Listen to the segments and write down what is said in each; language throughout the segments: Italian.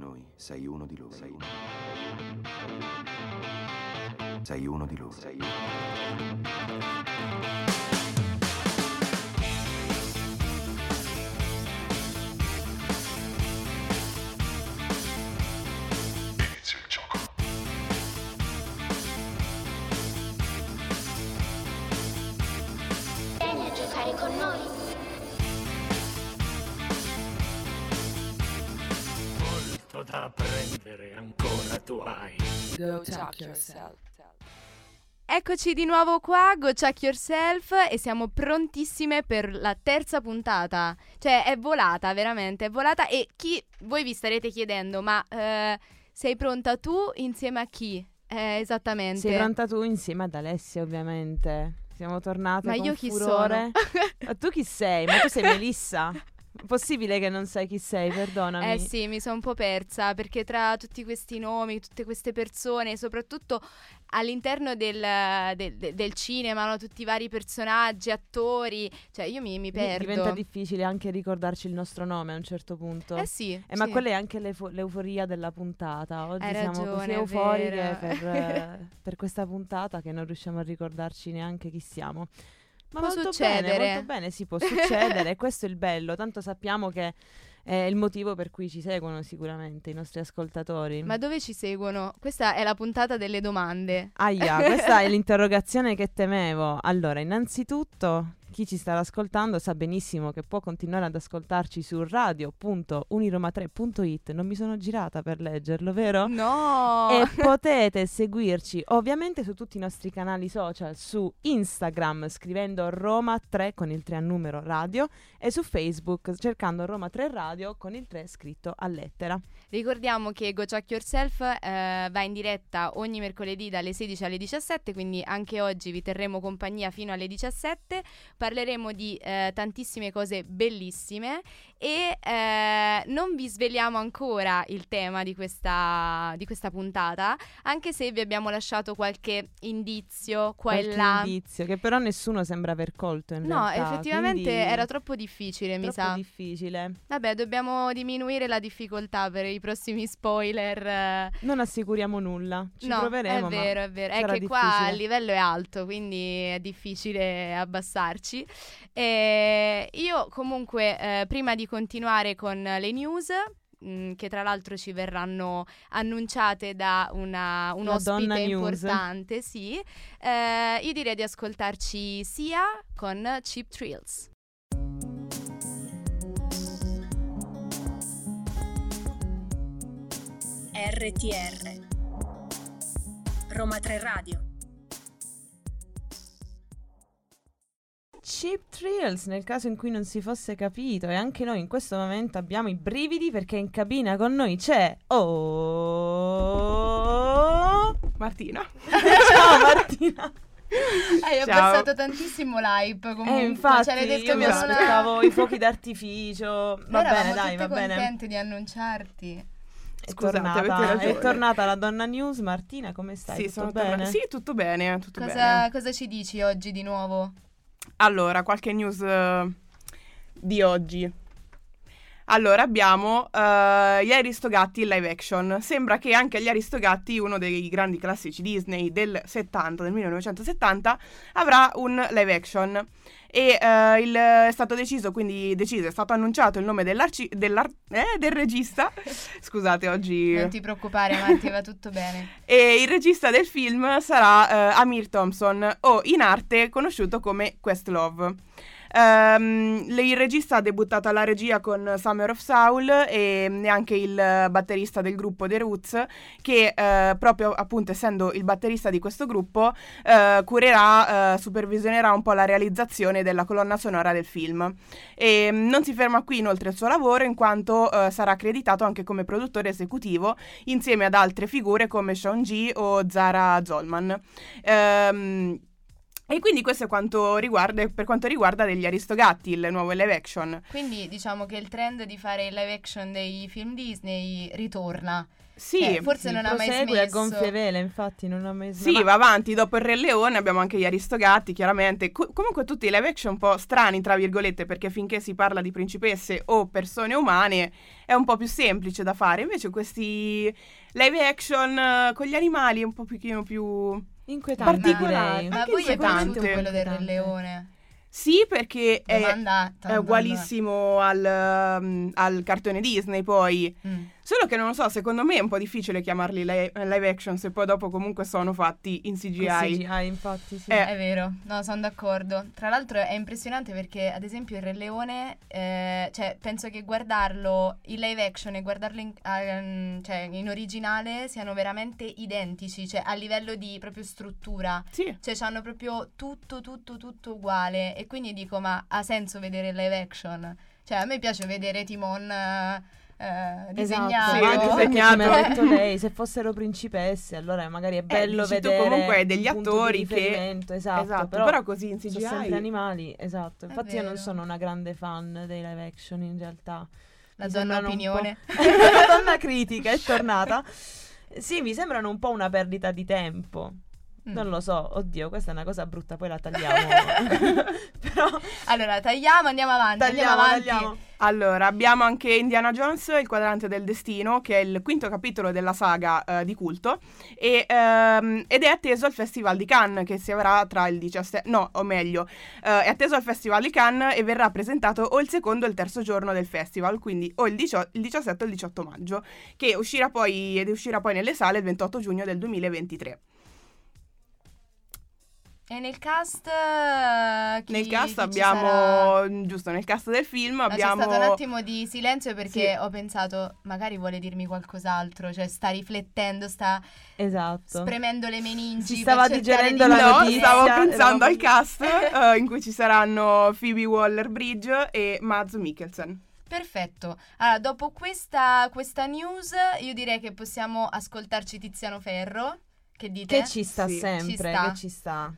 noi, sei uno di loro. Sei uno di loro. Inizia il gioco. Vieni a giocare con noi. Molto da apprendere ancora tu hai. Go Talk Yourself. Eccoci di nuovo qua, Go Check Yourself, e siamo prontissime per la terza puntata. Cioè è volata, veramente, è volata. E voi vi starete chiedendo, ma sei pronta tu insieme a chi? Esattamente. Sei pronta tu insieme ad Alessia, ovviamente. Siamo tornate Ma con io chi furore. Ma tu chi sei? Ma tu sei Melissa? Possibile che non sai chi sei, perdonami. Eh sì, mi sono un po' persa, perché tra tutti questi nomi, tutte queste persone, soprattutto all'interno del cinema, no? Tutti i vari personaggi, attori, cioè io mi perdo. Diventa difficile anche ricordarci il nostro nome a un certo punto. Eh sì, Ma sì. quella è anche l'euforia della puntata. Oggi Hai siamo ragione, così è euforiche vero. per questa puntata che non riusciamo a ricordarci neanche chi siamo. Ma Può molto succedere. bene, molto bene, sì, può succedere. Questo è il bello, tanto sappiamo che è il motivo per cui ci seguono sicuramente i nostri ascoltatori. Ma dove ci seguono? Questa è la puntata delle domande. Ahia, questa è l'interrogazione che temevo. Allora, innanzitutto, chi ci sta ascoltando sa benissimo che può continuare ad ascoltarci su radio.uniroma3.it. Non mi sono girata per leggerlo, vero? No! E potete seguirci ovviamente su tutti i nostri canali social, su Instagram scrivendo Roma 3 con il 3 a numero radio, e su Facebook cercando Roma 3 Radio con il 3 scritto a lettera. Ricordiamo che Go Check Yourself va in diretta ogni mercoledì dalle 16 alle 17, quindi anche oggi vi terremo compagnia fino alle 17. Parleremo di tantissime cose bellissime e non vi sveliamo ancora il tema di questa puntata, anche se vi abbiamo lasciato qualche indizio qua e là. Indizio che però nessuno sembra aver colto in No, realtà. effettivamente quindi era troppo difficile, mi sa. difficile. Vabbè, dobbiamo diminuire la difficoltà per i prossimi spoiler. Non assicuriamo nulla, ci proveremo. È vero, è vero. È sarà che qua difficile. il livello è alto, quindi è difficile abbassarci. Io comunque, prima di continuare con le news, che tra l'altro ci verranno annunciate da un donna ospite news. importante, sì, io direi di ascoltarci Sia con Cheap Thrills. RTR Roma 3 Radio. Cheap Thrills, nel caso in cui non si fosse capito, e anche noi in questo momento abbiamo i brividi perché in cabina con noi c'è Martina. Ciao Martina. Hai Ciao. abbassato tantissimo l'hype comunque. Infatti Cioè, l'hai detto io mi con aspettavo i fuochi d'artificio. Va bene, dai, va bene. contente di annunciarti. Scusate, avete ragione. È tornata la donna news. Martina, come stai? Sì, Tutto sono bene? tornata. Sì, tutto bene, tutto bene. Cosa ci dici oggi di nuovo? Allora, qualche news di oggi. Allora, abbiamo gli Aristogatti in live action. Sembra che anche gli Aristogatti, uno dei grandi classici Disney del 1970, avrà un live action. E è stato è stato annunciato il nome del regista. Scusate, oggi... Non ti preoccupare, Marti, va tutto bene. E il regista del film sarà Amir Thompson, o in arte conosciuto come Questlove. Il regista ha debuttato alla regia con Summer of Soul e anche il batterista del gruppo The Roots, che proprio appunto essendo il batterista di questo gruppo supervisionerà un po' la realizzazione della colonna sonora del film. E non si ferma qui inoltre il suo lavoro, in quanto sarà accreditato anche come produttore esecutivo insieme ad altre figure come Shaun G o Zara Zolman. E quindi questo è per quanto riguarda degli Aristogatti, il nuovo live action. Quindi diciamo che il trend di fare il live action dei film Disney ritorna. Sì, forse non ha mai prosegue a smesso. gonfie vele, infatti non ha mai smesso. sì, va avanti. Dopo il Re Leone abbiamo anche gli Aristogatti, chiaramente. Comunque tutti i live action un po' strani, tra virgolette, perché finché si parla di principesse o persone umane è un po' più semplice da fare. Invece questi live action con gli animali è un po' più Inquietante, particolare. direi. Ma a Anche voi è piaciuto inquietante. quello del Re Inquietante. Leone? Sì, perché Domanda. è ugualissimo al cartone Disney, poi. Solo che non lo so, secondo me è un po' difficile chiamarli live action se poi dopo comunque sono fatti in CGI. CGI, infatti, sì. È vero, no, sono d'accordo. Tra l'altro è impressionante perché, ad esempio, il Re Leone, cioè, penso che guardarlo in live action e guardarlo in originale siano veramente identici, cioè a livello di proprio struttura. Sì. Cioè, hanno proprio tutto uguale. E quindi dico, ma ha senso vedere il live action? Cioè, a me piace vedere Timon disegnato. Sì, anche perché, disegnato. come ha detto lei, se fossero principesse allora magari è bello dici tu, vedere comunque degli un punto attori di che- riferimento, esatto, però così in sono CGI sempre animali, esatto. È Infatti io non vero. sono una grande fan dei live action in realtà. La Mi donna sembrano un opinione. La donna critica è tornata. Sì, mi sembrano un po' una perdita di tempo. Non lo so, oddio, questa è una cosa brutta, poi la tagliamo. Però Allora, andiamo avanti. tagliamo. Allora, abbiamo anche Indiana Jones, il quadrante del destino, che è il quinto capitolo della saga di culto, ed è atteso al Festival di Cannes, che si avrà tra il 17... No, o meglio, è atteso al Festival di Cannes e verrà presentato o il secondo o il terzo giorno del festival, quindi o il 17 o il 18 maggio, che uscirà poi nelle sale il 28 giugno del 2023. E nel cast Nel cast chi abbiamo, ci sarà? giusto, nel cast del film No, abbiamo... c'è stato un attimo di silenzio perché Sì. ho pensato, magari vuole dirmi qualcos'altro, cioè sta riflettendo, sta Esatto. spremendo le meningi. Si stava per cercare digerendo di- la No, notizia, stavo pensando eravamo- al cast in cui ci saranno Phoebe Waller-Bridge e Mads Mikkelsen. Perfetto. Allora, dopo questa news, io direi che possiamo ascoltarci Tiziano Ferro. Che dite? Che ci sta Sì. sempre, Ci sta. che ci sta.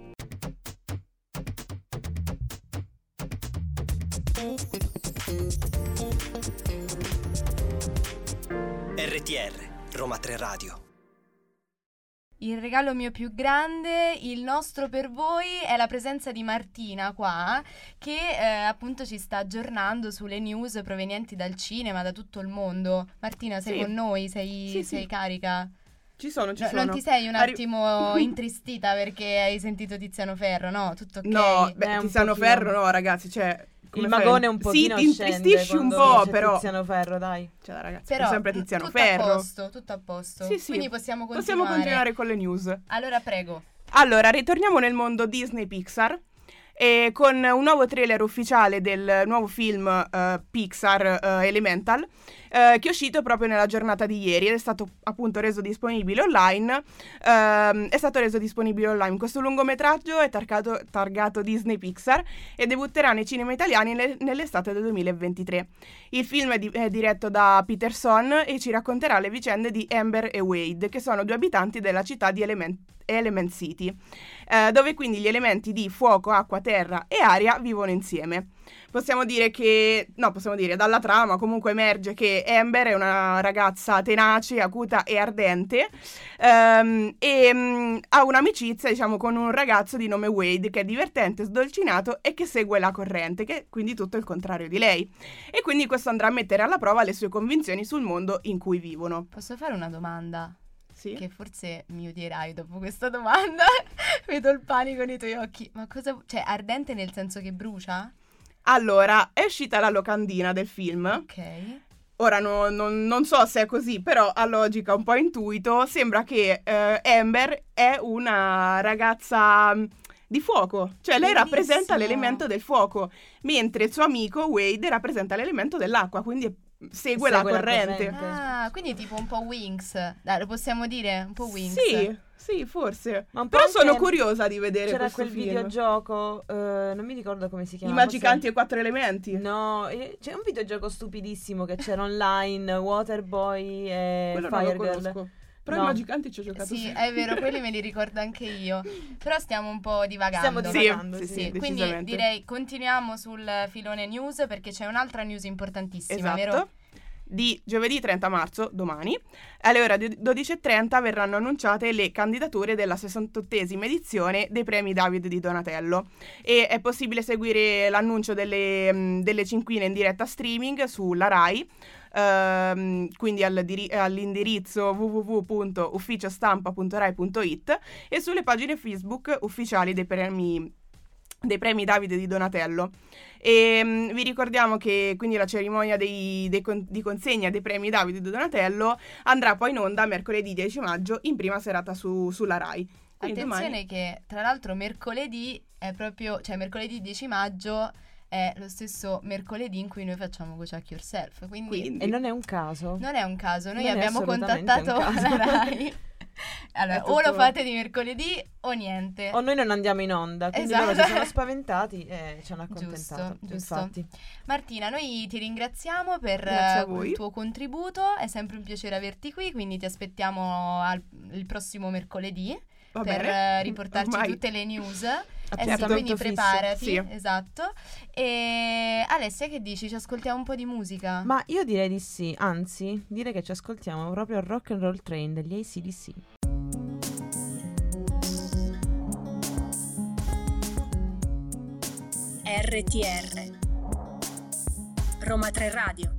RTR, Roma 3 Radio. Il regalo mio più grande, il nostro per voi, è la presenza di Martina qua, che appunto ci sta aggiornando sulle news provenienti dal cinema, da tutto il mondo. Martina, sei Sì. con noi? Sei Sì. carica? Ci sono. Non ti sei un attimo intristita perché hai sentito Tiziano Ferro, no? Tutto ok? No, È un Tiziano pochino- Ferro no, ragazzi, cioè... come Il fai? magone un pochino Sì, ti scende intristisci un quando po', c'è però... Tiziano Ferro, dai. Cioè, ragazzi, Però è sempre Tiziano tutto Ferro. a posto, tutto a posto. Sì, sì. Quindi possiamo Possiamo continuare con le news. Allora, prego. Allora, ritorniamo nel mondo Disney Pixar con un nuovo trailer ufficiale del nuovo film Pixar Elemental che è uscito proprio nella giornata di ieri ed è stato appunto reso disponibile online. Questo lungometraggio è targato Disney Pixar e debutterà nei cinema italiani nell'estate del 2023. Il film è diretto da Peterson e ci racconterà le vicende di Amber e Wade, che sono due abitanti della città di Element City, dove quindi gli elementi di fuoco, acqua, terra e aria vivono insieme. Possiamo dire dalla trama comunque emerge che Amber è una ragazza tenace, acuta e ardente ha un'amicizia, diciamo, con un ragazzo di nome Wade che è divertente, sdolcinato e che segue la corrente, che è quindi tutto il contrario di lei. E quindi questo andrà a mettere alla prova le sue convinzioni sul mondo in cui vivono. Posso fare una domanda? Sì? Che forse mi odierai dopo questa domanda. Vedo il panico nei tuoi occhi. Ma cosa... Cioè, ardente nel senso che brucia? Allora, è uscita la locandina del film. Ok. Ora non so se è così, però a logica un po' intuito sembra che Amber è una ragazza di fuoco, cioè lei Bellissimo. rappresenta l'elemento del fuoco, mentre il suo amico Wade rappresenta l'elemento dell'acqua, quindi segue la corrente. Ah, quindi tipo un po' Wings. Dai, lo possiamo dire? Un po' Wings. Sì, forse. Ma un po' Però anche- sono curiosa di vedere C'era questo quel film. videogioco, non mi ricordo come si I chiama. Magicanti e Quattro Elementi. No, c'è un videogioco stupidissimo che c'era online, Waterboy e Quello non lo Firegirl. conosco. Però No. i Magicanti ci ho giocato Sì, sempre. è vero, quelli me li ricordo anche io. Però stiamo un po' Stiamo divagando. divagando, Sì, sì. sì, Quindi decisamente. direi continuiamo sul filone news perché c'è un'altra news importantissima, vero? Esatto. Di giovedì 30 marzo, domani, alle ore 12:30 verranno annunciate le candidature della 68esima edizione dei premi David di Donatello e è possibile seguire l'annuncio delle cinquine in diretta streaming sulla Rai, quindi all'indirizzo www.ufficiostampa.rai.it e sulle pagine Facebook ufficiali dei premi Davide di Donatello. E vi ricordiamo che quindi la cerimonia di consegna dei premi Davide di Donatello andrà poi in onda mercoledì 10 maggio in prima serata sulla Rai. Quindi Attenzione domani- che tra l'altro mercoledì è proprio, cioè mercoledì 10 maggio è lo stesso mercoledì in cui noi facciamo Go Check Yourself, quindi E non è un caso. non è un caso, noi Non è abbiamo assolutamente contattato un caso. la Rai. Allora, È o lo tutto- fate di mercoledì o niente. O noi non andiamo in onda, quindi Esatto. loro si sono spaventati e ci hanno accontentato. Giusto, giusto. Infatti. Martina, noi ti ringraziamo per Grazie a voi. il tuo contributo, è sempre un piacere averti qui, quindi ti aspettiamo il prossimo mercoledì Va per bene. riportarci Ormai- tutte le news. Sì, Appuntamento quindi fisso. preparati, Sì. esatto. E Alessia, che dici? Ci ascoltiamo un po' di musica? Ma io direi di sì, anzi, direi che ci ascoltiamo proprio il Rock and Roll Train degli AC/DC. RTR Roma 3 Radio.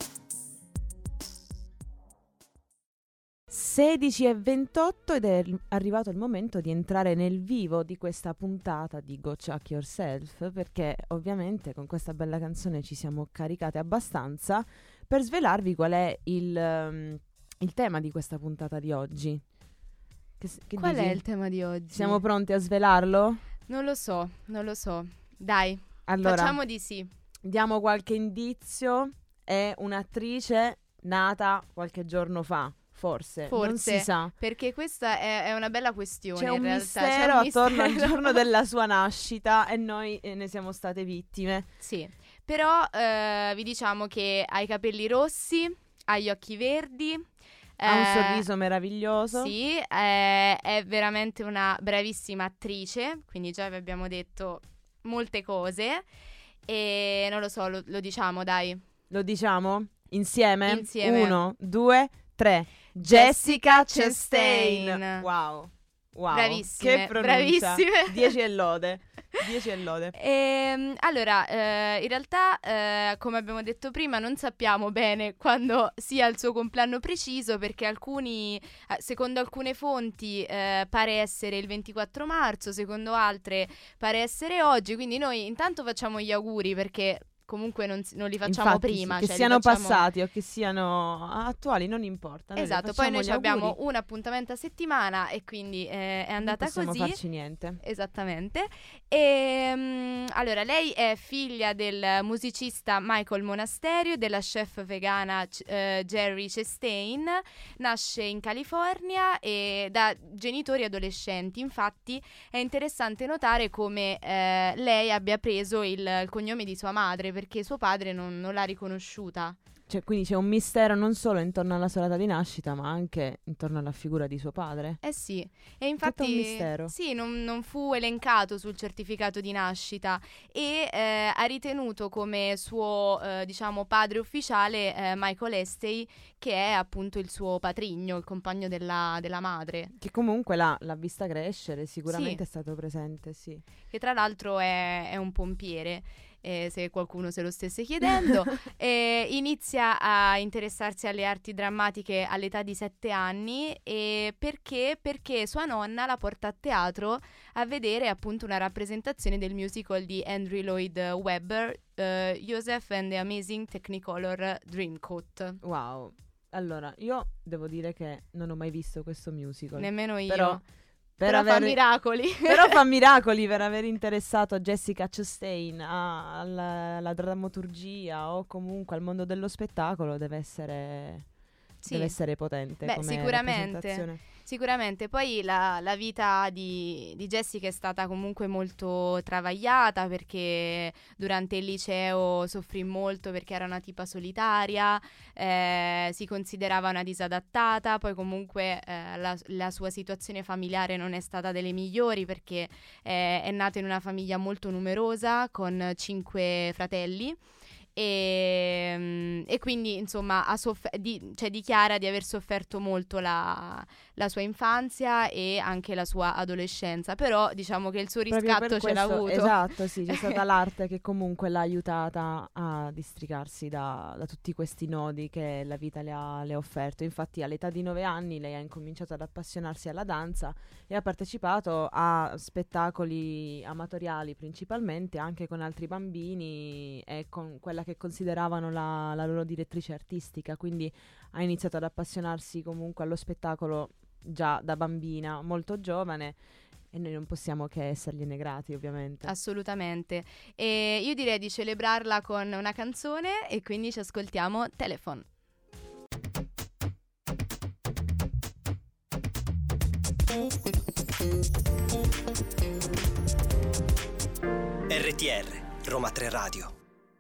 16:28 ed è arrivato il momento di entrare nel vivo di questa puntata di Go Chuck Yourself, perché ovviamente con questa bella canzone ci siamo caricate abbastanza per svelarvi qual è il tema di questa puntata di oggi. Che Qual dici? è il tema di oggi? Siamo pronti a svelarlo? Non lo so. Dai, Allora, facciamo di sì. diamo qualche indizio. È un'attrice nata qualche giorno fa, forse. Non Forse. si sa. Perché questa è una bella questione C'è in un realtà. mistero attorno al mistero. giorno della sua nascita e noi ne siamo state vittime. Sì, però vi diciamo che ha i capelli rossi, ha gli occhi verdi. Ha un sorriso meraviglioso. Sì, è veramente una bravissima attrice, quindi già vi abbiamo detto molte cose e non lo so, lo diciamo, dai. Lo diciamo? Insieme? Insieme. 1, 2, 3. Jessica Chastain. Wow. Bravissime, Che pronuncia. bravissime. 10 e lode. 10 e lode. Allora, in realtà, come abbiamo detto prima, non sappiamo bene quando sia il suo compleanno preciso perché secondo alcune fonti pare essere il 24 marzo, secondo altre pare essere oggi, quindi noi intanto facciamo gli auguri perché comunque non li facciamo Infatti, prima. sì, che cioè li siano facciamo- passati o che siano attuali, non importa. Noi le Esatto, poi facciamo noi gli abbiamo auguri, un appuntamento a settimana e quindi è andata non possiamo così. farci niente. Esattamente. Allora, lei è figlia del musicista Michael Monasterio e della chef vegana Jerry Chastain. Nasce in California e da genitori adolescenti. Infatti è interessante notare come lei abbia preso il cognome di sua madre perché suo padre non l'ha riconosciuta. Cioè, quindi c'è un mistero non solo intorno alla sua data di nascita, ma anche intorno alla figura di suo padre. Eh sì, e infatti Tutto un mistero. sì, non fu elencato sul certificato di nascita e ha ritenuto come suo diciamo padre ufficiale Michael Estey, che è appunto il suo patrigno, il compagno della madre, Che comunque l'ha vista crescere, Sì. sicuramente è stato presente, sì. che tra l'altro è un pompiere. Se qualcuno se lo stesse chiedendo. Inizia a interessarsi alle arti drammatiche all'età di 7 anni e perché sua nonna la porta a teatro a vedere appunto una rappresentazione del musical di Andrew Lloyd Webber, Joseph and the Amazing Technicolor Dreamcoat. Wow. Allora, io devo dire che non ho mai visto questo musical. Nemmeno io, Però fa miracoli. Però fa miracoli per aver interessato Jessica Chastain alla drammaturgia o comunque al mondo dello spettacolo. Deve essere Sì. deve essere potente Beh, come sicuramente. rappresentazione. Sicuramente, poi la vita di Jessica è stata comunque molto travagliata, perché durante il liceo soffrì molto perché era una tipa solitaria, si considerava una disadattata, poi comunque la sua situazione familiare non è stata delle migliori, perché è nata in una famiglia molto numerosa con 5 fratelli. E quindi insomma dichiara di aver sofferto molto la sua infanzia e anche la sua adolescenza, però diciamo che il suo Proprio riscatto per ce l'ha questo, avuto. esatto, sì, c'è stata l'arte che comunque l'ha aiutata a districarsi da tutti questi nodi che la vita le ha offerto. Infatti all'età di 9 anni lei ha incominciato ad appassionarsi alla danza e ha partecipato a spettacoli amatoriali principalmente, anche con altri bambini e con quella che consideravano la loro direttrice artistica, quindi ha iniziato ad appassionarsi comunque allo spettacolo già da bambina, molto giovane, e noi non possiamo che essergliene grati, ovviamente. Assolutamente. E io direi di celebrarla con una canzone, e quindi ci ascoltiamo Telephone. RTR, Roma 3 Radio.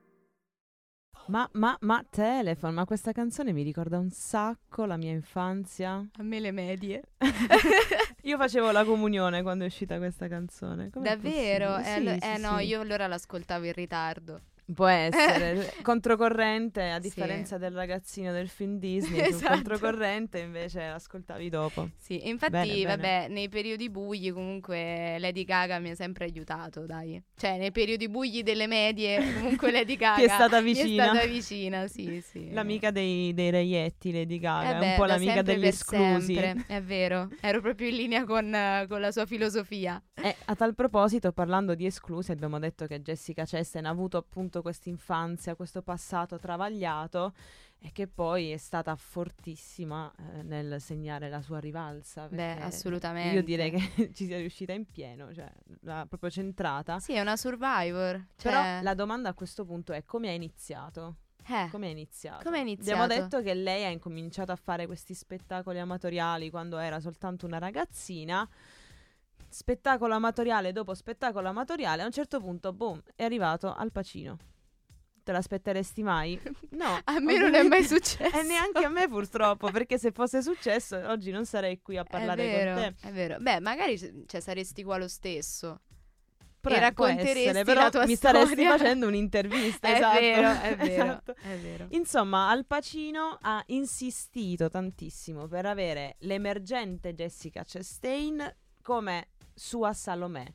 Ma Telephone, ma questa canzone mi ricorda un sacco la mia infanzia. A me le medie. Io facevo la comunione quando è uscita questa canzone. Com'è Davvero? possibile? Sì, No, sì. io allora l'ascoltavo in ritardo. Può essere controcorrente, a Sì. differenza del ragazzino del film Disney, sul Esatto. controcorrente invece l'ascoltavi dopo. Sì, infatti, Bene, bene. vabbè, nei periodi bui comunque Lady Gaga mi ha sempre aiutato, dai. Cioè, nei periodi bui delle medie, comunque Lady Gaga Ti è stata mi vicina. è stata vicina, sì, sì. L'amica dei reietti, Lady Gaga, è beh, un po' da l'amica sempre degli per esclusi. sempre, è vero. Ero proprio in linea con la sua filosofia. E a tal proposito, parlando di esclusi, abbiamo detto che Jessica Chastain ha avuto appunto questa infanzia, questo passato travagliato, e che poi è stata fortissima nel segnare la sua rivalsa. Beh, perché assolutamente. Io direi che ci sia riuscita in pieno, cioè l'ha proprio centrata. Sì, è una survivor. Cioè, Però la domanda a questo punto è: come è iniziato? Come è iniziato? come è iniziato? Abbiamo detto che lei ha incominciato a fare questi spettacoli amatoriali quando era soltanto una ragazzina. Spettacolo amatoriale dopo spettacolo amatoriale, a un certo punto, boom, è arrivato Al Pacino. Te l'aspetteresti mai? No. A me non è mai successo. E neanche a me purtroppo, perché se fosse successo oggi non sarei qui a parlare con te. È vero. Beh, magari saresti qua lo stesso. Però E può racconteresti essere, però la tua mi storia. staresti facendo un'intervista. È esatto. vero, è vero, Esatto. è vero. Insomma, Al Pacino ha insistito tantissimo per avere l'emergente Jessica Chastain come sua Salomè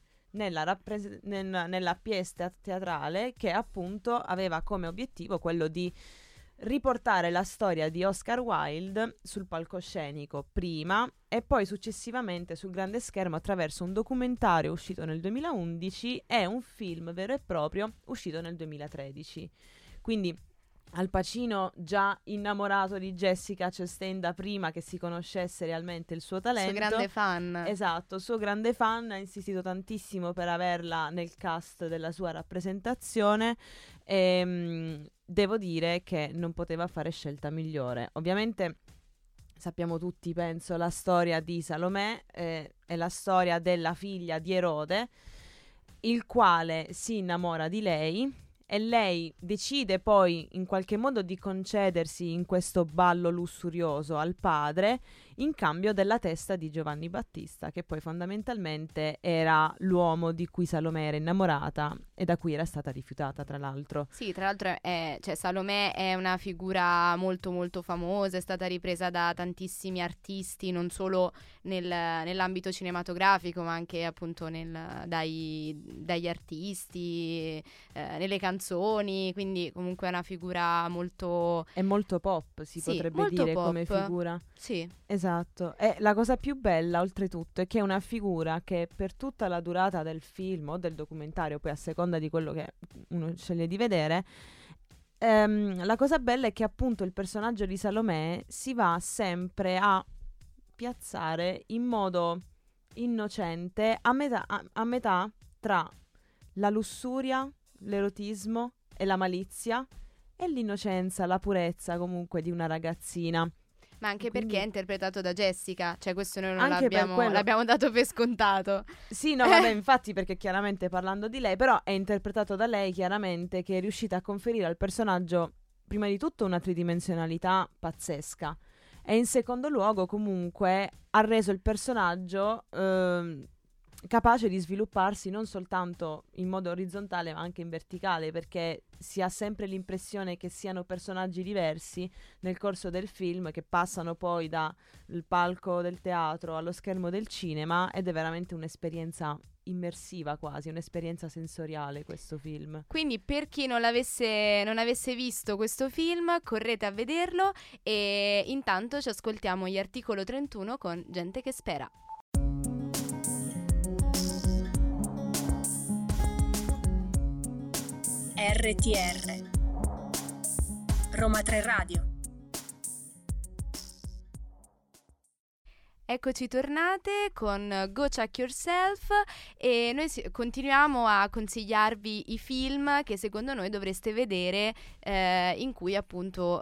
nella pièce teatrale, che appunto aveva come obiettivo quello di riportare la storia di Oscar Wilde sul palcoscenico prima e poi successivamente sul grande schermo attraverso un documentario uscito nel 2011 e un film vero e proprio uscito nel 2013. Quindi Al Pacino, già innamorato di Jessica Chastain da prima che si conoscesse realmente il suo talento. Suo grande fan. Esatto, suo grande fan, ha insistito tantissimo per averla nel cast della sua rappresentazione e devo dire che non poteva fare scelta migliore. Ovviamente sappiamo tutti, penso, la storia di Salomè è la storia della figlia di Erode, il quale si innamora di lei. E lei decide poi in qualche modo di concedersi in questo ballo lussurioso al padre in cambio della testa di Giovanni Battista, che poi fondamentalmente era l'uomo di cui Salomè era innamorata e da cui era stata rifiutata, tra l'altro. Sì, tra l'altro Salomè è una figura molto molto famosa, è stata ripresa da tantissimi artisti, non solo nell'ambito cinematografico, ma anche appunto dagli artisti, nelle canzoni, quindi comunque è una figura molto... È molto pop, si Sì, potrebbe molto dire, pop. come figura. Sì, Esatto, e la cosa più bella oltretutto è che è una figura che per tutta la durata del film o del documentario, poi a seconda di quello che uno sceglie di vedere, la cosa bella è che appunto il personaggio di Salomè si va sempre a piazzare in modo innocente a metà tra la lussuria, l'erotismo e la malizia e l'innocenza, la purezza comunque di una ragazzina. Ma anche Quindi- perché è interpretato da Jessica, cioè questo noi non Anche per quello. l'abbiamo dato per scontato. Sì, no, vabbè, infatti, perché chiaramente parlando di lei, però è interpretato da lei chiaramente, che è riuscita a conferire al personaggio, prima di tutto, una tridimensionalità pazzesca, e in secondo luogo comunque ha reso il personaggio capace di svilupparsi non soltanto in modo orizzontale ma anche in verticale, perché si ha sempre l'impressione che siano personaggi diversi nel corso del film, che passano poi dal palco del teatro allo schermo del cinema, ed è veramente un'esperienza immersiva, quasi un'esperienza sensoriale questo film. Quindi per chi non avesse visto questo film, correte a vederlo e intanto ci ascoltiamo gli Articolo 31 con Gente che spera. RTR Roma 3 Radio. Eccoci tornate con Go Check Yourself e noi continuiamo a consigliarvi i film che secondo noi dovreste vedere, in cui appunto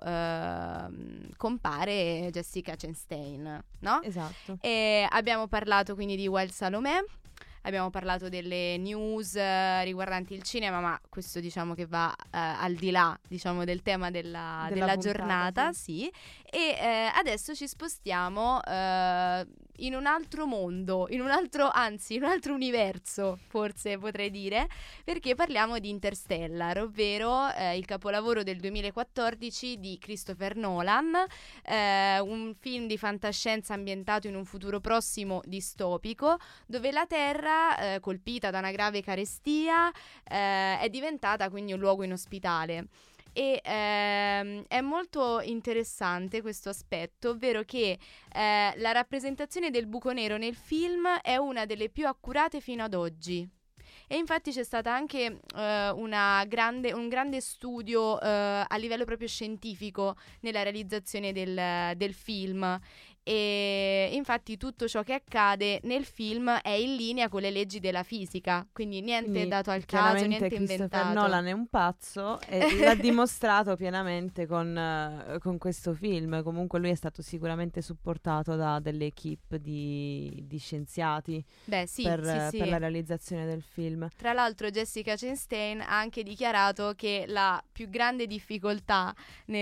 compare Jessica Chastain, no? Esatto. E abbiamo parlato quindi di Wild Salomè, abbiamo parlato delle news riguardanti il cinema, ma questo diciamo che va al di là, diciamo, del tema della puntata, giornata, sì. E adesso ci spostiamo in un altro mondo, in un altro universo, forse potrei dire, perché parliamo di Interstellar, ovvero il capolavoro del 2014 di Christopher Nolan, un film di fantascienza ambientato in un futuro prossimo distopico, dove la Terra, colpita da una grave carestia, è diventata quindi un luogo inospitale. E è molto interessante questo aspetto, ovvero che la rappresentazione del buco nero nel film è una delle più accurate fino ad oggi. E infatti c'è stata anche un grande studio a livello proprio scientifico nella realizzazione del film. E infatti tutto ciò che accade nel film è in linea con le leggi della fisica, quindi niente dato al caso, niente Christopher inventato. Nolan è un pazzo e l'ha dimostrato pienamente con questo film. Comunque lui è stato sicuramente supportato da delle equip di scienziati per la realizzazione del film. Tra l'altro Jessica Chastain ha anche dichiarato che la più grande difficoltà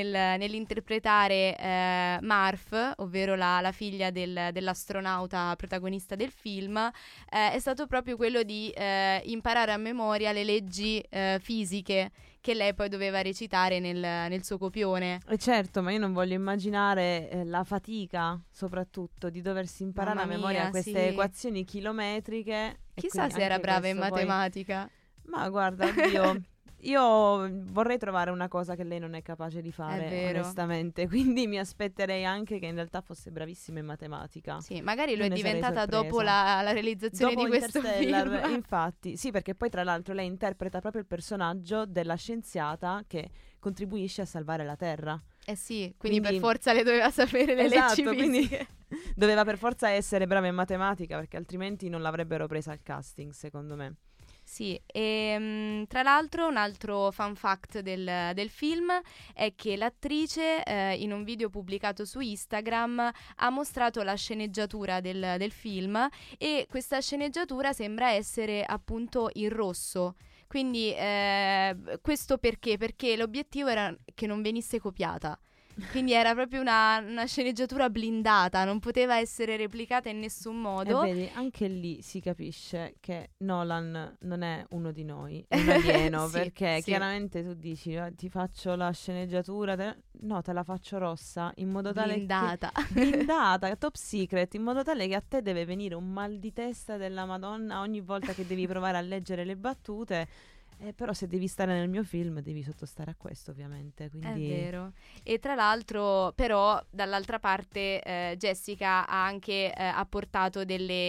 nell'interpretare Marv, ovvero la figlia dell'astronauta protagonista del film, è stato proprio quello di imparare a memoria le leggi fisiche che lei poi doveva recitare nel suo copione. Certo, ma io non voglio immaginare la fatica, soprattutto, di doversi imparare Mamma a memoria mia, queste sì. equazioni chilometriche. e Chissà quindi se era anche brava in questo poi- matematica. Ma guarda, oddio, io vorrei trovare una cosa che lei non è capace di fare, vero. onestamente, quindi mi aspetterei anche che in realtà fosse bravissima in matematica. Sì, magari lo Non è ne sarei diventata sorpresa. dopo la realizzazione Dopo di questo Interstellar, film. infatti, sì, perché poi tra l'altro lei interpreta proprio il personaggio della scienziata che contribuisce a salvare la Terra. Eh sì, quindi per Quindi- forza le doveva sapere le leggi Esatto, quindi fisiche. doveva per forza essere brava in matematica, perché altrimenti non l'avrebbero presa al casting, secondo me. Sì, e tra l'altro un altro fun fact del film è che l'attrice in un video pubblicato su Instagram ha mostrato la sceneggiatura del film, e questa sceneggiatura sembra essere appunto in rosso. Quindi questo perché? Perché l'obiettivo era che non venisse copiata. Quindi era proprio una sceneggiatura blindata, non poteva essere replicata in nessun modo. E vedi, anche lì si capisce che Nolan non è uno di noi, è un alieno, Sì, perché sì. chiaramente tu dici ti faccio la sceneggiatura, no, te la faccio rossa, in modo tale Blindata. che blindata, top secret, in modo tale che a te deve venire un mal di testa della Madonna ogni volta che devi provare a leggere le battute. Però se devi stare nel mio film devi sottostare a questo, ovviamente, quindi... È vero. E tra l'altro, però, dall'altra parte Jessica ha anche apportato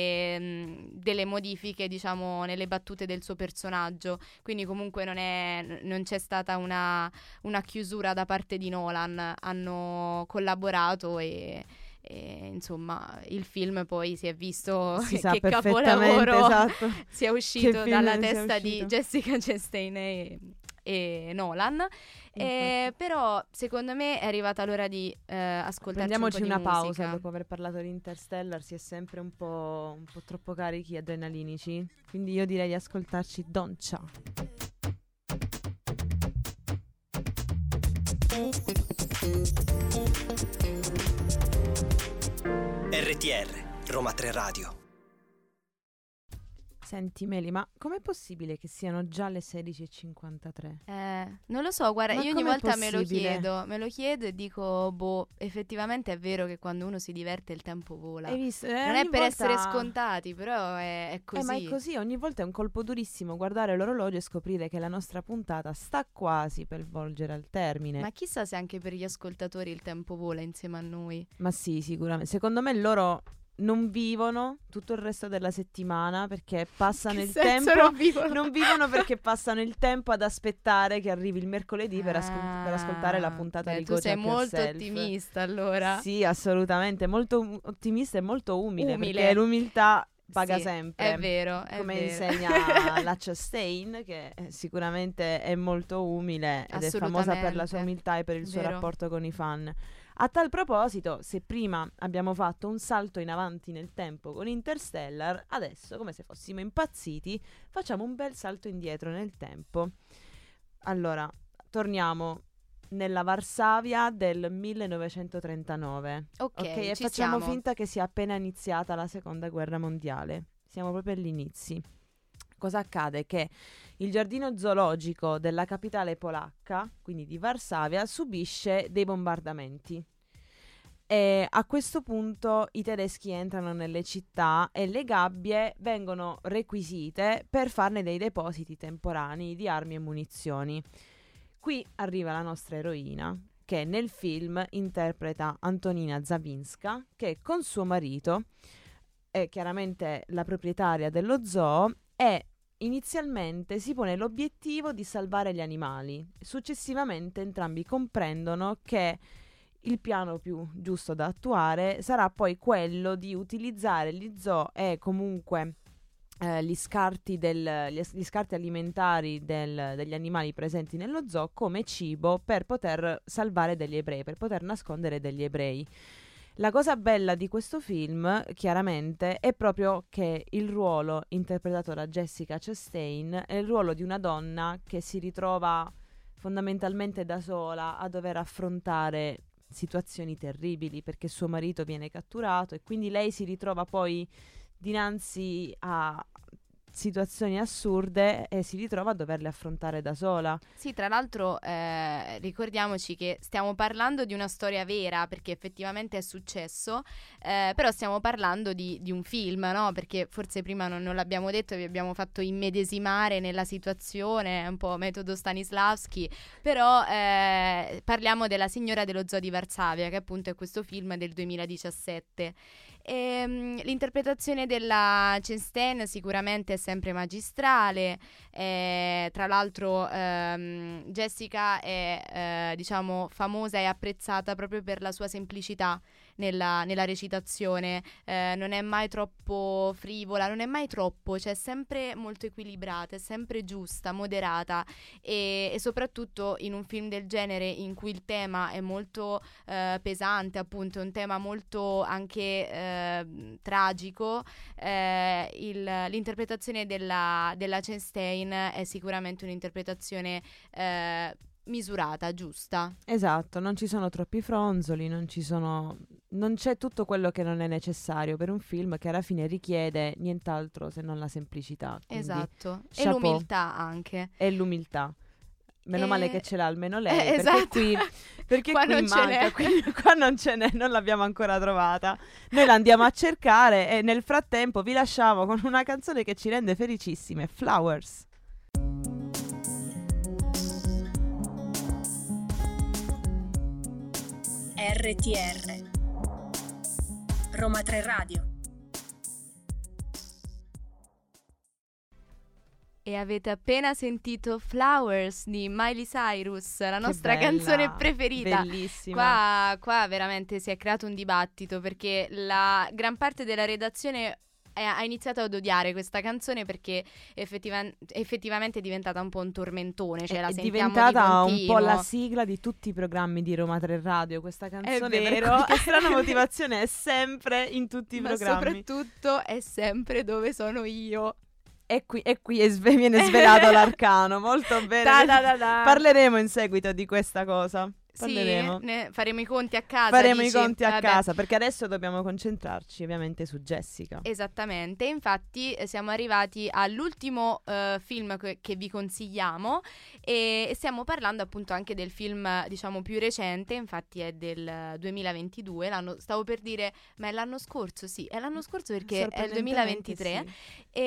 delle modifiche, diciamo, nelle battute del suo personaggio. Quindi comunque non c'è stata una chiusura da parte di Nolan. Hanno collaborato e insomma il film poi si è visto Si sa che perfettamente, capolavoro esatto. sia uscito Che film dalla sia testa di uscito. Jessica Chastain, e Nolan. Però secondo me è arrivata l'ora di ascoltarci Prendiamoci un po' una di pausa musica. dopo aver parlato di Interstellar, si è sempre un po' troppo carichi e adrenalinici, quindi io direi di ascoltarci Don't Cha. RTR, Roma 3 Radio. Senti Meli, ma com'è possibile che siano già le 16:53? Non lo so, guarda, Ma io ogni com'è volta me possibile? lo chiedo e dico, boh, effettivamente è vero che quando uno si diverte il tempo vola. Hai visto? Non Ogni è per volta- essere scontati, però è così. ma è così, ogni volta è un colpo durissimo guardare l'orologio e scoprire che la nostra puntata sta quasi per volgere al termine. Ma chissà se anche per gli ascoltatori il tempo vola insieme a noi. Ma sì, sicuramente. Secondo me loro non vivono tutto il resto della settimana perché passano Che il senso tempo. non vivono? Non vivono perché passano il tempo ad aspettare che arrivi il mercoledì per ascoltare la puntata beh, di tu Go sei Check molto Yourself. ottimista allora. Sì, assolutamente, molto ottimista e molto umile, Umile. perché l'umiltà paga Sì, sempre. È vero, è Come vero. insegna la Chastain, che sicuramente è molto umile ed è famosa per la sua Assolutamente. umiltà e per il suo Vero. rapporto con i fan. A tal proposito, se prima abbiamo fatto un salto in avanti nel tempo con Interstellar, adesso, come se fossimo impazziti, facciamo un bel salto indietro nel tempo. Allora, torniamo nella Varsavia del 1939. Ok, E ci facciamo siamo. finta che sia appena iniziata la seconda guerra mondiale. Siamo proprio agli inizi. Cosa accade? Che il giardino zoologico della capitale polacca, quindi di Varsavia, subisce dei bombardamenti. E a questo punto i tedeschi entrano nelle città e le gabbie vengono requisite per farne dei depositi temporanei di armi e munizioni. Qui arriva la nostra eroina, che nel film interpreta Antonina Zawinska, che con suo marito è chiaramente la proprietaria dello zoo e inizialmente si pone l'obiettivo di salvare gli animali. Successivamente entrambi comprendono che il piano più giusto da attuare sarà poi quello di utilizzare gli zoo e comunque gli scarti alimentari degli animali presenti nello zoo come cibo per poter salvare degli ebrei, per poter nascondere degli ebrei. La cosa bella di questo film, chiaramente, è proprio che il ruolo interpretato da Jessica Chastain è il ruolo di una donna che si ritrova fondamentalmente da sola a dover affrontare situazioni terribili perché suo marito viene catturato e quindi lei si ritrova poi dinanzi a situazioni assurde e si ritrova a doverle affrontare da sola. Sì, tra l'altro ricordiamoci che stiamo parlando di una storia vera perché effettivamente è successo, però stiamo parlando di un film, no? Perché forse prima non l'abbiamo detto, vi abbiamo fatto immedesimare nella situazione, un po' metodo Stanislavski, però parliamo della Signora dello Zoo di Varsavia, che appunto è questo film del 2017. L'interpretazione della Chastain sicuramente è sempre magistrale, tra l'altro Jessica è diciamo famosa e apprezzata proprio per la sua semplicità nella recitazione, non è mai troppo frivola, non è mai troppo, cioè è sempre molto equilibrata, è sempre giusta, moderata e soprattutto in un film del genere in cui il tema è molto pesante, appunto è un tema molto anche tragico, l'interpretazione della Chastain è sicuramente un'interpretazione misurata, giusta. Esatto, non ci sono troppi fronzoli, non c'è tutto quello che non è necessario per un film che alla fine richiede nient'altro se non la semplicità. Quindi, Esatto, e chapeau. l'umiltà anche. E l'umiltà. Meno male che ce l'ha almeno lei, esatto. perché Qua qui non ce manca, n'è. qua non ce n'è, non l'abbiamo ancora trovata. Noi la andiamo a cercare e nel frattempo vi lasciamo con una canzone che ci rende felicissime, Flowers. RTR Roma 3 Radio. E avete appena sentito Flowers di Miley Cyrus, la nostra bella, canzone preferita. Bellissima. Qua veramente si è creato un dibattito perché la gran parte della redazione ha iniziato ad odiare questa canzone perché effettivamente è diventata un po' un tormentone, cioè la È sentiamo diventata di un po' continuo. la sigla di tutti i programmi di Roma 3 Radio, questa canzone, per vero. qualche strana motivazione è sempre in tutti i Ma programmi. soprattutto è sempre dove sono io. E qui viene svelato l'arcano, molto bene. Da. Parleremo in seguito di questa cosa. Parleremo. Sì, faremo i conti a casa. Faremo dici? i conti a Vabbè. casa, perché adesso dobbiamo concentrarci ovviamente su Jessica. Esattamente, infatti siamo arrivati all'ultimo film che vi consigliamo e stiamo parlando appunto anche del film diciamo più recente, infatti è del 2022, stavo per dire, ma è l'anno scorso? Sì, è l'anno scorso perché è il 2023 Sì.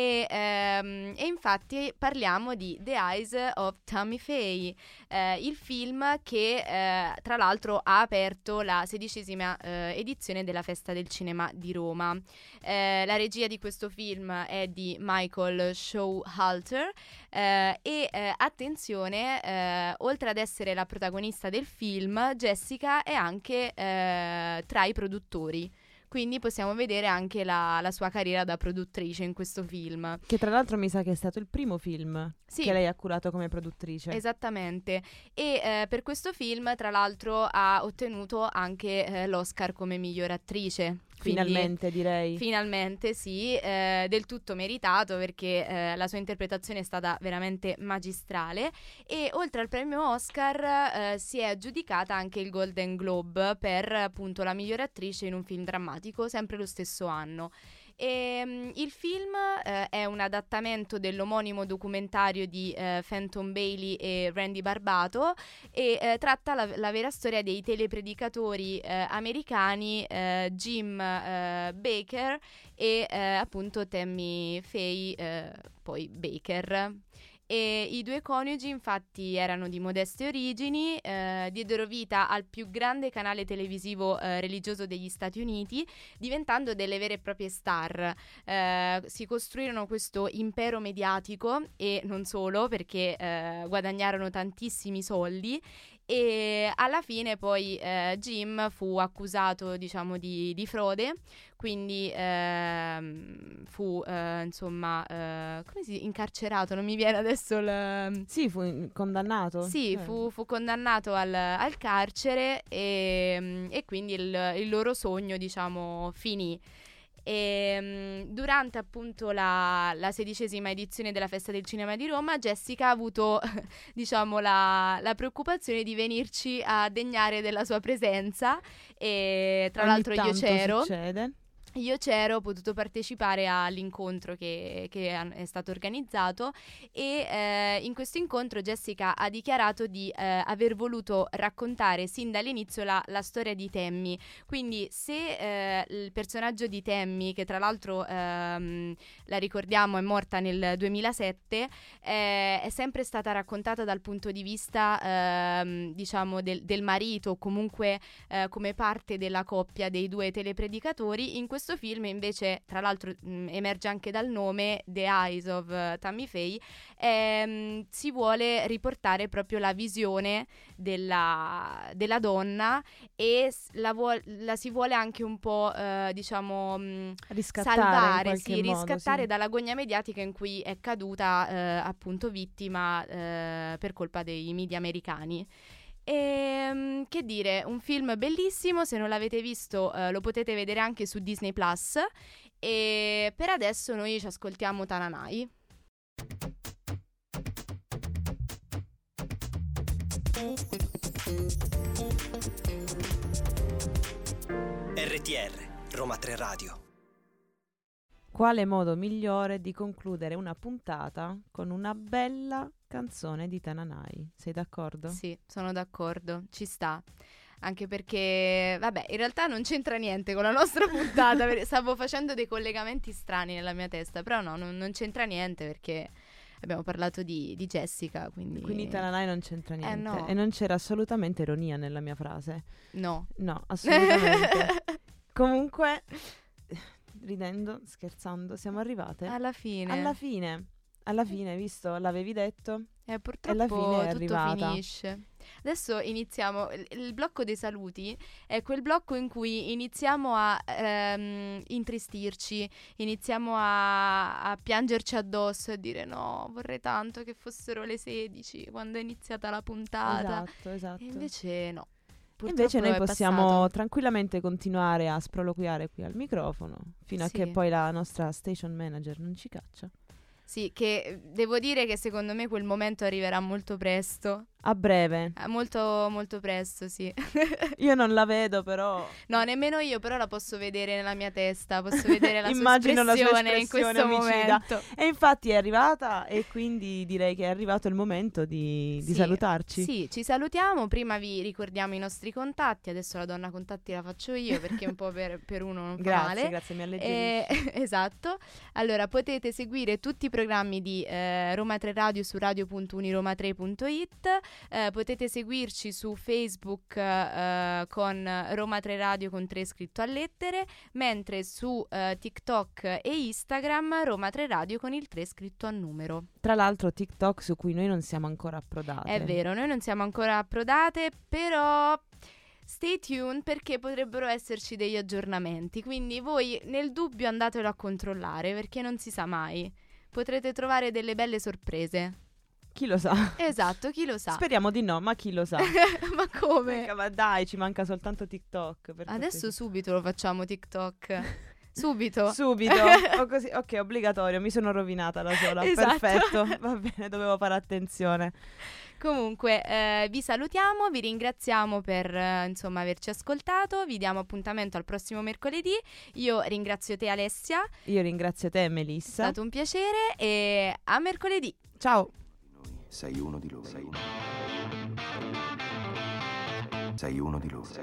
e infatti parliamo di The Eyes of Tammy Faye, il film che tra l'altro ha aperto la 16ª edizione della Festa del Cinema di Roma. La regia di questo film è di Michael Showalter e attenzione, oltre ad essere la protagonista del film, Jessica è anche tra i produttori. Quindi possiamo vedere anche la sua carriera da produttrice in questo film. Che tra l'altro mi sa che è stato il primo film Sì. che lei ha curato come produttrice. Esattamente, e per questo film tra l'altro ha ottenuto anche l'Oscar come miglior attrice. Quindi, Finalmente, direi. Finalmente sì, del tutto meritato perché la sua interpretazione è stata veramente magistrale e oltre al premio Oscar si è aggiudicata anche il Golden Globe per appunto la migliore attrice in un film drammatico, sempre lo stesso anno. Il film è un adattamento dell'omonimo documentario di Fenton Bailey e Randy Barbato e tratta la vera storia dei telepredicatori americani Jim Baker e appunto Tammy Faye poi Baker. E i due coniugi infatti erano di modeste origini, diedero vita al più grande canale televisivo religioso degli Stati Uniti, diventando delle vere e proprie star. Si costruirono questo impero mediatico e non solo, perché guadagnarono tantissimi soldi. E alla fine poi Jim fu accusato diciamo di frode, quindi fu insomma come si incarcerato, non mi viene adesso il... Sì, fu condannato. Sì, fu condannato al carcere e quindi il loro sogno diciamo finì. E durante appunto la 16ª edizione della Festa del Cinema di Roma, Jessica ha avuto diciamo la preoccupazione di venirci a degnare della sua presenza e tra Ogni l'altro io tanto c'ero. succede. Io c'ero, ho potuto partecipare all'incontro che è stato organizzato e in questo incontro Jessica ha dichiarato di aver voluto raccontare sin dall'inizio la storia di Tammy. Quindi se il personaggio di Tammy, che tra l'altro la ricordiamo è morta nel 2007, è sempre stata raccontata dal punto di vista diciamo del marito, comunque come parte della coppia dei due telepredicatori, in questo film invece tra l'altro emerge anche dal nome The Eyes of Tammy Faye, si vuole riportare proprio la visione della donna e la si vuole anche un po' diciamo Riscattare salvare, in qualche modo, riscattare sì. dalla gogna mediatica in cui è caduta appunto vittima per colpa dei media americani. E che dire, un film bellissimo, se non l'avete visto lo potete vedere anche su Disney Plus e per adesso noi ci ascoltiamo Tananai. RTR, Roma 3 Radio. Quale modo migliore di concludere una puntata con una bella canzone di Tananai? Sei d'accordo? Sì, sono d'accordo, ci sta. Anche perché, vabbè, in realtà non c'entra niente con la nostra puntata. Stavo facendo dei collegamenti strani nella mia testa, però no, non c'entra niente perché abbiamo parlato di Jessica, quindi Tananai non c'entra niente. no. E non c'era assolutamente ironia nella mia frase. no. No, assolutamente. Comunque, ridendo, scherzando, siamo arrivate Alla fine. alla fine. alla fine, hai visto, l'avevi detto. E E alla purtroppo fine è tutto arrivata. finisce. Adesso iniziamo. Il blocco dei saluti è quel blocco in cui iniziamo a intristirci, iniziamo a piangerci addosso e dire no, vorrei tanto che fossero le 16 quando è iniziata la puntata. Esatto. E invece no. E invece noi Purtroppo è possiamo passato. tranquillamente continuare a sproloquiare qui al microfono fino a Sì. che poi la nostra station manager non ci caccia. Sì, che devo dire che secondo me quel momento arriverà molto presto. A breve. Molto, molto presto, sì. Io non la vedo, però No, nemmeno io, però la posso vedere nella mia testa, posso vedere la sua Immagino la sua espressione in espressione questo omicida. momento. E infatti è arrivata e quindi direi che è arrivato il momento di Sì, salutarci. Sì, ci salutiamo, prima vi ricordiamo i nostri contatti, adesso la donna contatti la faccio io perché un po' per uno non fa male. Grazie, mi alleggerisci. Esatto, allora potete seguire tutti i programmi di Roma 3 Radio su radio.uniroma3.it, potete seguirci su Facebook con Roma 3 Radio con 3 scritto a lettere, mentre su TikTok e Instagram Roma 3 Radio con il 3 scritto a numero. Tra l'altro TikTok su cui noi non siamo ancora approdate. È vero, noi non siamo ancora approdate, però stay tuned perché potrebbero esserci degli aggiornamenti, quindi voi nel dubbio andatelo a controllare perché non si sa mai. Potrete trovare delle belle sorprese. Chi lo sa? Esatto, chi lo sa. Speriamo di no, ma chi lo sa? Ma come? Ma dai, ci manca soltanto TikTok. per Adesso cortesia. subito lo facciamo TikTok. Subito. Subito. O così, ok, obbligatorio, mi sono rovinata da sola. Esatto. Perfetto, va bene, dovevo fare attenzione. Comunque vi salutiamo, vi ringraziamo per insomma averci ascoltato, vi diamo appuntamento al prossimo mercoledì. Io ringrazio te Alessia, Io ringrazio te, è Melissa. stato un piacere e a mercoledì. Ciao. Sei uno di loro. Sei uno di loro.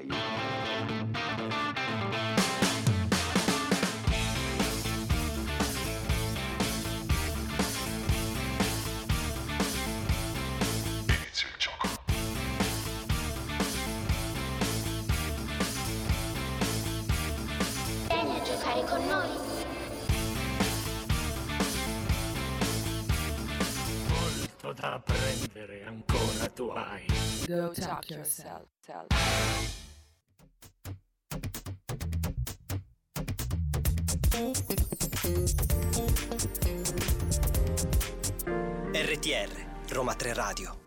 Inizia il gioco. Vieni a giocare con noi. Molto da apprendere ancora tu hai. Go talk yourself. RTR, Roma 3 Radio.